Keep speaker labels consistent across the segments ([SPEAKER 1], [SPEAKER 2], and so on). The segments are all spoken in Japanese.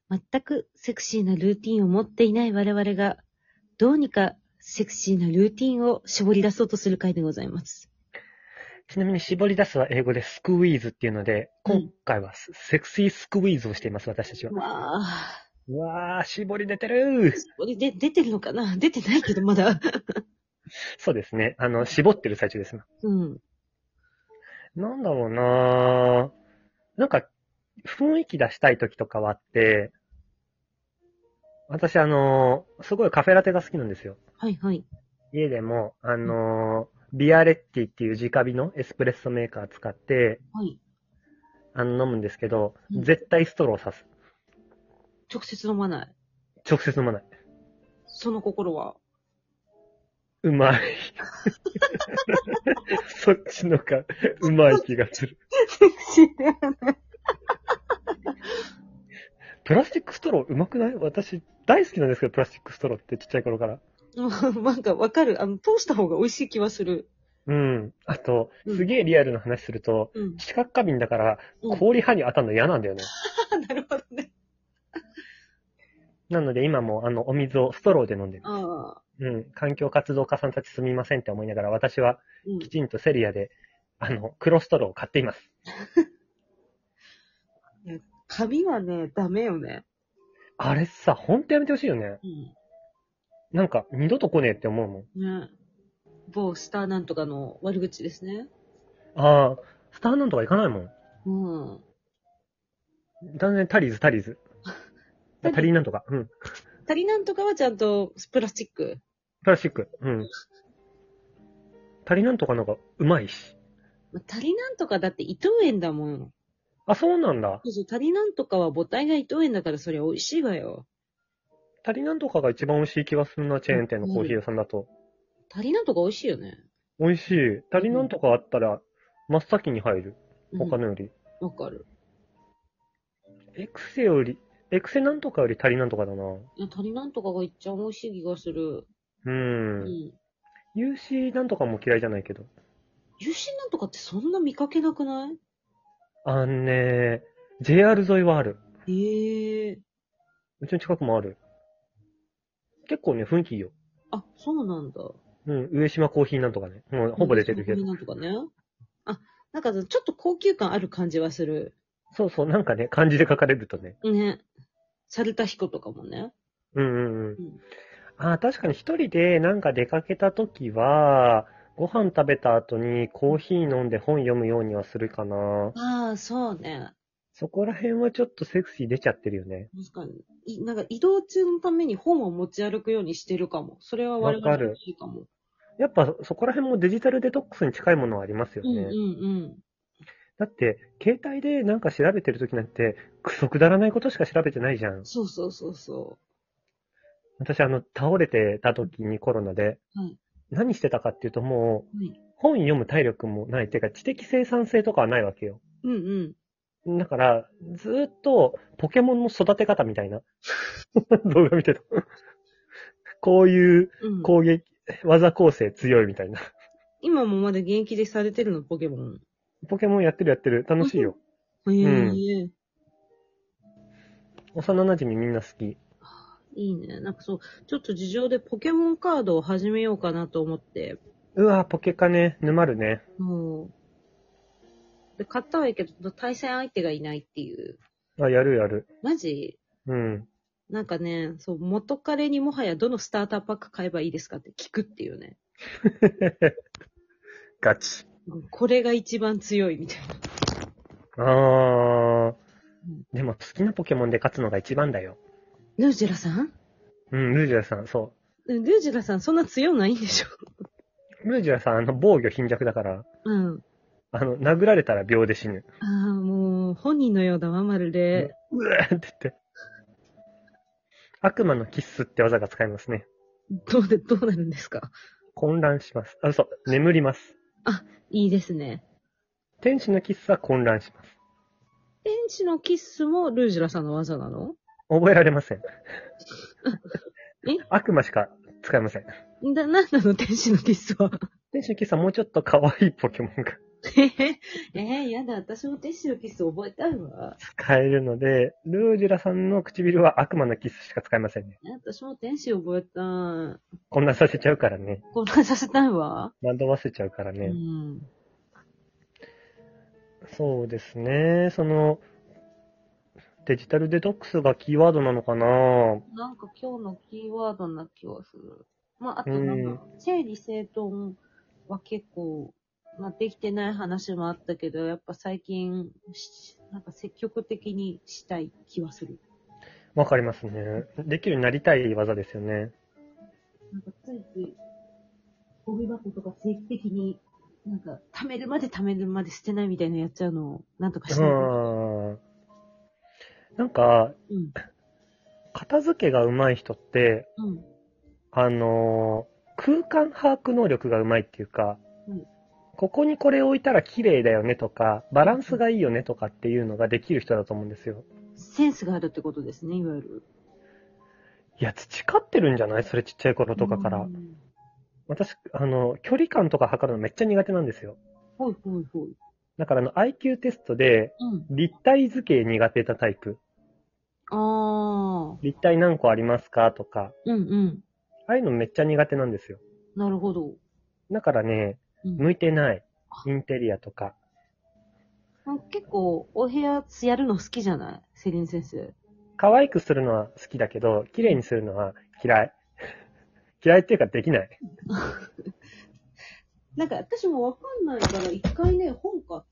[SPEAKER 1] 全くセクシーなルーティンを持っていない我々が、どうにかセクシーなルーティンを絞り出そうとする回でございます。
[SPEAKER 2] ちなみに絞り出すは英語でスクウィーズっていうので、今回はセクシースクウィーズをしています、私たちは。
[SPEAKER 1] わあ。
[SPEAKER 2] うわー、絞り出てる
[SPEAKER 1] これで出てるのかな？出てないけど、まだ。
[SPEAKER 2] そうですね。絞ってる最中です。
[SPEAKER 1] うん。
[SPEAKER 2] なんだろうななんか、雰囲気出したい時とかはあって、私すごいカフェラテが好きなんですよ。
[SPEAKER 1] はいはい。
[SPEAKER 2] 家でも、ビアレッティっていう直火のエスプレッソメーカー使って、
[SPEAKER 1] はい。
[SPEAKER 2] 飲むんですけど、
[SPEAKER 1] うん
[SPEAKER 2] 絶対ストローさす。
[SPEAKER 1] 直接飲まない。
[SPEAKER 2] 直接飲まない。
[SPEAKER 1] その心は。
[SPEAKER 2] うまい。そっちのがうまい気がする。
[SPEAKER 1] セクシーだよね。
[SPEAKER 2] プラスチックストローうまくない？私大好きなんですけど、プラスチックストローってちっちゃい頃から。
[SPEAKER 1] なんかわかる。通した方が美味しい気はする。
[SPEAKER 2] うん。あと、
[SPEAKER 1] うん
[SPEAKER 2] すげえリアルな話すると、
[SPEAKER 1] うん。
[SPEAKER 2] 四角花瓶だから
[SPEAKER 1] うん。
[SPEAKER 2] 氷刃に当たるの嫌なんだよね。
[SPEAKER 1] なるほどね。
[SPEAKER 2] なので今もお水をストローで飲んでる。
[SPEAKER 1] ああ。
[SPEAKER 2] うん。環境活動家さんたちすみませんって思いながら、私は
[SPEAKER 1] うん。
[SPEAKER 2] きちんとセリアで、黒ストローを買っています。
[SPEAKER 1] 髪はね、ダメよね。
[SPEAKER 2] あれさ、ほんとやめてほしいよね。
[SPEAKER 1] うん。
[SPEAKER 2] なんか、二度と来ねえって思うもん。
[SPEAKER 1] ね。某スターなんとかの悪口ですね。
[SPEAKER 2] ああ、スターなんとか行かないもん。
[SPEAKER 1] うん。
[SPEAKER 2] 断然足りず。足りなんとか。うん。
[SPEAKER 1] 足りなんとかはちゃんとプラスチック。
[SPEAKER 2] プラスチック。うん。足りなんとかなんかうまいし。
[SPEAKER 1] 足りなんとかだって伊藤園だもん。
[SPEAKER 2] あ、そうなんだ。
[SPEAKER 1] そうそう、足りなんとかは母体が伊藤園だからそりゃ美味しいわよ。
[SPEAKER 2] 足りなんとかが一番美味しい気がするな、チェーン店のコーヒー屋さんだと。
[SPEAKER 1] 足りなんとか美味しいよね。
[SPEAKER 2] 美味しい。足りなんとかあったら、真っ先に入る。他のより。
[SPEAKER 1] わかる。
[SPEAKER 2] エクセより、エクセなんとかより足りなんとかだな。
[SPEAKER 1] いや、足りなんとかが一番美味しい気がする。
[SPEAKER 2] う。
[SPEAKER 1] うんん。
[SPEAKER 2] UC なんとかも嫌いじゃないけど。
[SPEAKER 1] 有心なんとかってそんな見かけなくない？
[SPEAKER 2] JR 沿いはある。
[SPEAKER 1] ええ
[SPEAKER 2] うちの近くもある。結構ね、雰囲気いいよ。
[SPEAKER 1] あ、そうなんだ。
[SPEAKER 2] うん、上島コーヒーなんとかね。もうほぼ出てるけど。
[SPEAKER 1] なんとかね。あ、なんかちょっと高級感ある感じはする。
[SPEAKER 2] そうそう、なんかね、漢字で書かれるとね。
[SPEAKER 1] ね。サルタヒコとかもね。
[SPEAKER 2] うんうんうん。
[SPEAKER 1] うん。
[SPEAKER 2] 確かに一人でなんか出かけたときは、ご飯食べた後にコーヒー飲んで本読むようにはするかな。
[SPEAKER 1] ああ、そうね。
[SPEAKER 2] そこら辺はちょっとセクシー出ちゃってるよね。
[SPEAKER 1] 確かに。なんか移動中のために本を持ち歩くようにしてるかも。それは我々ら
[SPEAKER 2] わかる。
[SPEAKER 1] しいかも。
[SPEAKER 2] やっぱそこら辺もデジタルデトックスに近いものはありますよ
[SPEAKER 1] うんうん
[SPEAKER 2] ね。
[SPEAKER 1] うん。
[SPEAKER 2] だって、携帯でなんか調べてるときなんて、クソくだらないことしか調べてないじゃん。
[SPEAKER 1] そうそうそうそ
[SPEAKER 2] 私倒れてた時にコロナで、
[SPEAKER 1] う。はい。
[SPEAKER 2] 何してたかっていうともう、
[SPEAKER 1] はい。
[SPEAKER 2] 本読む体力もない。てか、知的生産性とかはないわけよ。
[SPEAKER 1] うんうん。
[SPEAKER 2] だから、ずーっと、ポケモンの育て方みたいな動画見てた。こういう
[SPEAKER 1] うん。
[SPEAKER 2] 攻撃、技構成強いみたいな。
[SPEAKER 1] 今もまだ現役でされてるの、ポケモン。
[SPEAKER 2] ポケモンやってる。楽しいよ。
[SPEAKER 1] へ
[SPEAKER 2] うん
[SPEAKER 1] え。
[SPEAKER 2] 幼馴染みんな好き。
[SPEAKER 1] いいね。なんかそう、ちょっと事情でポケモンカードを始めようかなと思って。
[SPEAKER 2] うわ、ポケカね、沼るね。
[SPEAKER 1] もう。で、買ったはいいけど、対戦相手がいないっていう。
[SPEAKER 2] やる。
[SPEAKER 1] マジ
[SPEAKER 2] うん。
[SPEAKER 1] なんかね、そう、元彼にもはやどのスターターパック買えばいいですかって聞くっていうね。
[SPEAKER 2] ガチ。
[SPEAKER 1] これが一番強いみたいな。
[SPEAKER 2] でも好きなポケモンで勝つのが一番だよ。
[SPEAKER 1] ルージュラさん
[SPEAKER 2] うん、ルージュラさん、そ
[SPEAKER 1] ルージュラさんそんな強ないんでしょ？
[SPEAKER 2] う。ルージュラさん、防御貧弱だから、
[SPEAKER 1] うん。
[SPEAKER 2] 殴られたら秒で死ぬ。
[SPEAKER 1] ああ、もう、本人のようだわ、まるで。
[SPEAKER 2] うわーって言って。悪魔のキッスって技が使えますね。
[SPEAKER 1] どうなるんですか？
[SPEAKER 2] 混乱します。眠ります。
[SPEAKER 1] あ、いいですね。
[SPEAKER 2] 天使のキッスは混乱します。
[SPEAKER 1] 天使のキッスもルージュラさんの技なの？
[SPEAKER 2] 覚えられません。
[SPEAKER 1] え
[SPEAKER 2] 悪魔しか使えません。
[SPEAKER 1] なんなの天使のキッスは。
[SPEAKER 2] 天使のキッスはもうちょっと可愛いポケモンが。
[SPEAKER 1] やだ、私もテッシュのキス覚えたいわ。
[SPEAKER 2] 使えるので、ルージュラさんの唇は悪魔のキスしか使えませんね。
[SPEAKER 1] 私もテッシュ覚えたい。
[SPEAKER 2] 混乱させちゃうからね。
[SPEAKER 1] 混乱させたいわ。
[SPEAKER 2] 惑わせちゃうから
[SPEAKER 1] う
[SPEAKER 2] ね。
[SPEAKER 1] ん。
[SPEAKER 2] そうですね。デジタルデトックスがキーワードなのかな。
[SPEAKER 1] なんか今日のキーワードな気がする。まあ、あ
[SPEAKER 2] う
[SPEAKER 1] となん
[SPEAKER 2] ん。
[SPEAKER 1] か、整理整頓は結構、まあ、できてない話もあったけど、やっぱ最近、なんか積極的にしたい気はする。
[SPEAKER 2] わかりますね。できるようになりたい技ですよね。
[SPEAKER 1] なんかついつい、ゴミ箱とか定期的に、なんか、貯めるまで捨てないみたいなのやっちゃうのを、なんとかしたい。
[SPEAKER 2] なんか、
[SPEAKER 1] うん。
[SPEAKER 2] 片付けが上手い人って、
[SPEAKER 1] うん。
[SPEAKER 2] 空間把握能力が上手いっていうか、
[SPEAKER 1] うん
[SPEAKER 2] ここにこれ置いたら綺麗だよねとか、バランスがいいよねとかっていうのができる人だと思うんですよ。
[SPEAKER 1] センスがあるってことですね、いわゆる。
[SPEAKER 2] いや、培ってるんじゃないそれちっちゃい頃とかから。私、距離感とか測るのめっちゃ苦手なんですよ。
[SPEAKER 1] ほいほいほい。
[SPEAKER 2] だからIQ テストで、
[SPEAKER 1] うん。
[SPEAKER 2] 立体図形苦手なタイプ。
[SPEAKER 1] ああ。
[SPEAKER 2] 立体何個ありますかとか、
[SPEAKER 1] うんうん。
[SPEAKER 2] ああいうのめっちゃ苦手なんですよ。
[SPEAKER 1] なるほど。
[SPEAKER 2] だからね、
[SPEAKER 1] うん。
[SPEAKER 2] 向いてない。インテリアとか。
[SPEAKER 1] 結構、お部屋やるの好きじゃないセリン先生。
[SPEAKER 2] 可愛くするのは好きだけど、綺麗にするのは嫌い。嫌いっていうかできない。
[SPEAKER 1] なんか私もわかんないから一回ね、本買って、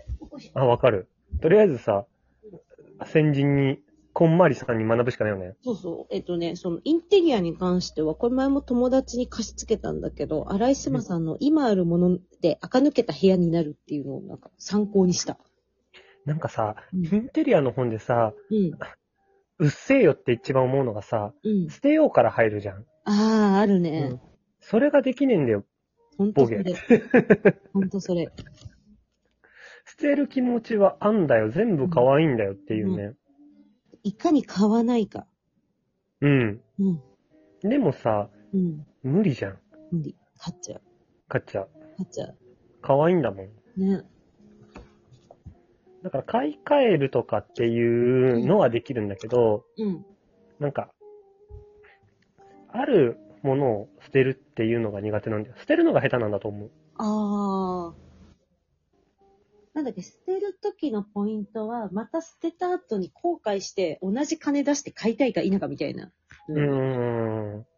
[SPEAKER 2] あ、わかる。とりあえずさ、先人に、こんまりさんに学ぶしかないよね。
[SPEAKER 1] そうそう。そのインテリアに関しては、これ前も友達に貸し付けたんだけど、荒井スマさんの今あるもので垢抜けた部屋になるっていうのをなんか参考にした。
[SPEAKER 2] なんかさ、
[SPEAKER 1] うん
[SPEAKER 2] インテリアの本でさ、
[SPEAKER 1] うん。
[SPEAKER 2] うっせえよって一番思うのがさ、
[SPEAKER 1] うん。
[SPEAKER 2] 捨てようから入るじゃん。
[SPEAKER 1] ああ、ある
[SPEAKER 2] う
[SPEAKER 1] ね。
[SPEAKER 2] ん。それができねえんだよ、ボケ。
[SPEAKER 1] ほんとそれ。ほんとそれ。
[SPEAKER 2] 捨てる気持ちはあんだよ。全部可愛いんだよっていうね。
[SPEAKER 1] いかに買わないか。
[SPEAKER 2] うん。
[SPEAKER 1] うん。
[SPEAKER 2] でもさ、
[SPEAKER 1] うん。
[SPEAKER 2] 無理じゃん。
[SPEAKER 1] 無理。買っちゃう。
[SPEAKER 2] 買っちゃう。
[SPEAKER 1] 買っちゃう。
[SPEAKER 2] 可愛いんだもん。
[SPEAKER 1] ね。
[SPEAKER 2] だから買い替えるとかっていうのはできるんだけど、
[SPEAKER 1] うん。
[SPEAKER 2] なんか、あるものを捨てるっていうのが苦手なんだよ。捨てるのが下手なんだと思う。
[SPEAKER 1] ああ。なんだっけ、捨てる時のポイントは、また捨てた後に後悔して、同じ金出して買いたいか否かみたいな。
[SPEAKER 2] うーん。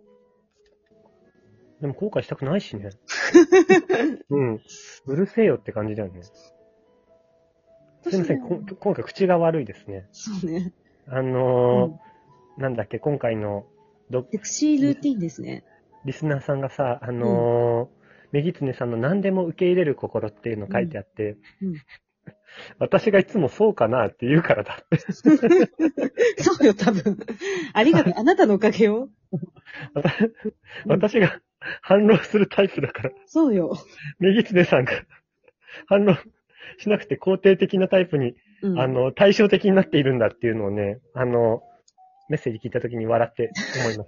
[SPEAKER 2] でも後悔したくないしね。うん。うるせえよって感じだよね。すいません、今回口が悪いですね。
[SPEAKER 1] そうね。
[SPEAKER 2] なんだっけ、今回の
[SPEAKER 1] セクシールーティンですね。
[SPEAKER 2] リスナーさんがさ、
[SPEAKER 1] うん
[SPEAKER 2] メギツネさんの何でも受け入れる心っていうの書いてあって、
[SPEAKER 1] うん。
[SPEAKER 2] 私がいつもそうかなって言うからだって。
[SPEAKER 1] そうよ、多分。ありがとう。あなたのおかげよ。
[SPEAKER 2] 私が反論するタイプだから、
[SPEAKER 1] そうよ。
[SPEAKER 2] メギツネさんが反論しなくて肯定的なタイプに、
[SPEAKER 1] うん。
[SPEAKER 2] 対照的になっているんだっていうのをね、メッセージ聞いたときに笑って思いました。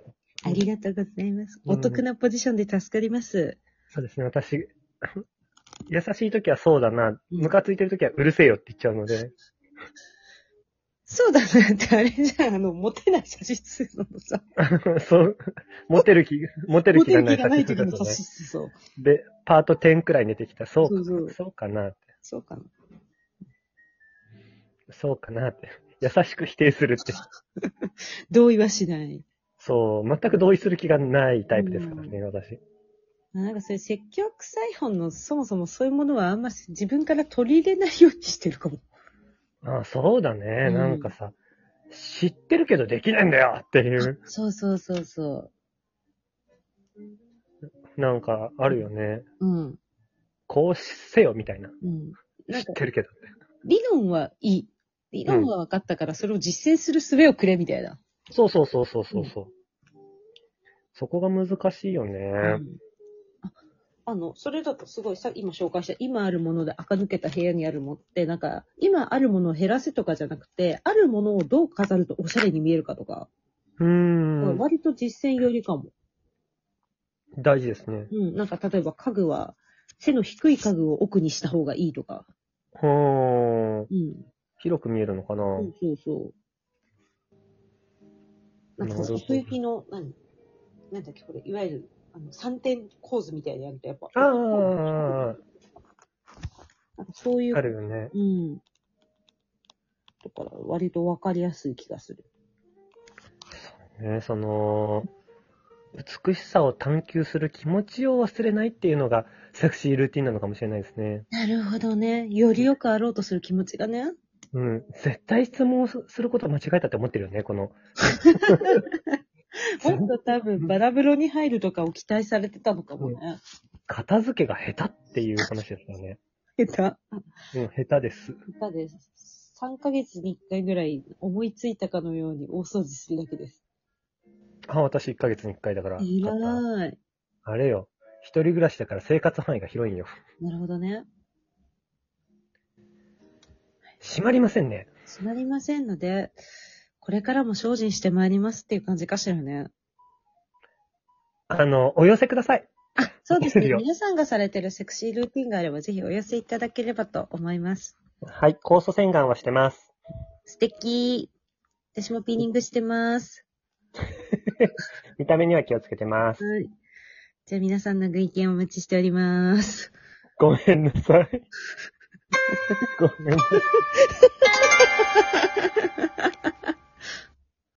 [SPEAKER 1] ありがとうございます。
[SPEAKER 2] うん
[SPEAKER 1] お得なポジションで助かります。
[SPEAKER 2] そうですね、私、優しいときはそうだな、ムカついてるときはうるせえよって言っちゃうので、
[SPEAKER 1] そうだねってあれじゃん、モテない写真するのさ。
[SPEAKER 2] そう、モテる気がない
[SPEAKER 1] がない時の
[SPEAKER 2] 写真だとね。
[SPEAKER 1] 写真そう。
[SPEAKER 2] で、パート10くらい寝てきた。そうか
[SPEAKER 1] そうそう
[SPEAKER 2] そうかなって。
[SPEAKER 1] そうかな。
[SPEAKER 2] そうかなって。優しく否定するって。
[SPEAKER 1] 同意はしない。
[SPEAKER 2] そう、全く同意する気がないタイプですからね、私。
[SPEAKER 1] なんかそれ説教臭い本のそもそもそういうものはあんま自分から取り入れないようにしてるかも。
[SPEAKER 2] ああ、そうだね、
[SPEAKER 1] うん
[SPEAKER 2] なんかさ、知ってるけどできないんだよっていう、
[SPEAKER 1] そうそうそうそ
[SPEAKER 2] なんかあるよね。
[SPEAKER 1] う。うん。
[SPEAKER 2] こうせよみたいな。
[SPEAKER 1] うん。な
[SPEAKER 2] 知っ
[SPEAKER 1] んか
[SPEAKER 2] てるけどって。
[SPEAKER 1] 理論はいい。理論は分かったからそれを実践する術をくれみたいな。
[SPEAKER 2] そうそうそうそうそうそう。そこが難しいよね。
[SPEAKER 1] それだとすごい今紹介した今あるもので垢抜けた部屋にあるものって、なんか今あるものを減らせとかじゃなくて、あるものをどう飾るとおしゃれに見えるかとか、
[SPEAKER 2] 割
[SPEAKER 1] 割と実践寄りかも。
[SPEAKER 2] 大事ですね。
[SPEAKER 1] なんか例えば家具は、 背の低い家具を奥にした方がいいとか。
[SPEAKER 2] ほー。
[SPEAKER 1] うん。
[SPEAKER 2] 広く見えるのかな。
[SPEAKER 1] そうそう。なんか、奥行きの、なんだっけ、これ、いわゆる、3点構図みたいにやると、やっぱ、
[SPEAKER 2] ああ、
[SPEAKER 1] なんかそういう、
[SPEAKER 2] あるよね。
[SPEAKER 1] うん。だから、割とわかりやすい気がする。
[SPEAKER 2] ね、美しさを探求する気持ちを忘れないっていうのがセクシールーティンなのかもしれないですね。
[SPEAKER 1] なるほどね。よりよくあろうとする気持ちがね。
[SPEAKER 2] うん。絶対質問をすることを間違えたって思ってるよね、この。
[SPEAKER 1] もっと多分、バラ風呂に入るとかを期待されてたのかもね。
[SPEAKER 2] 片付けが下手っていう話ですよね。
[SPEAKER 1] 下
[SPEAKER 2] うん、下手です。
[SPEAKER 1] 手。下手です。3ヶ月に1回ぐらい思いついたかのように大掃除するだけです。
[SPEAKER 2] あ、私1ヶ月に1回だから。
[SPEAKER 1] いらない。
[SPEAKER 2] あれよ。一人暮らしだから生活範囲が広いんよ。
[SPEAKER 1] なるほどね。
[SPEAKER 2] 閉まりませんね。
[SPEAKER 1] 閉まりませんので、これからも精進してまいりますっていう感じかしらね。
[SPEAKER 2] お寄せください。
[SPEAKER 1] あ、そうですね。
[SPEAKER 2] いいよ
[SPEAKER 1] 皆さんがされてるセクシールーティンがあれば、ぜひお寄せいただければと思います。
[SPEAKER 2] はい、酵素洗顔はしてます。
[SPEAKER 1] 素敵。私もピーニングしてます。
[SPEAKER 2] 見た目には気をつけてます。
[SPEAKER 1] はい。じゃあ皆さんのご意見をお待ちしております。
[SPEAKER 2] ごめんなさい。ごめんなさい。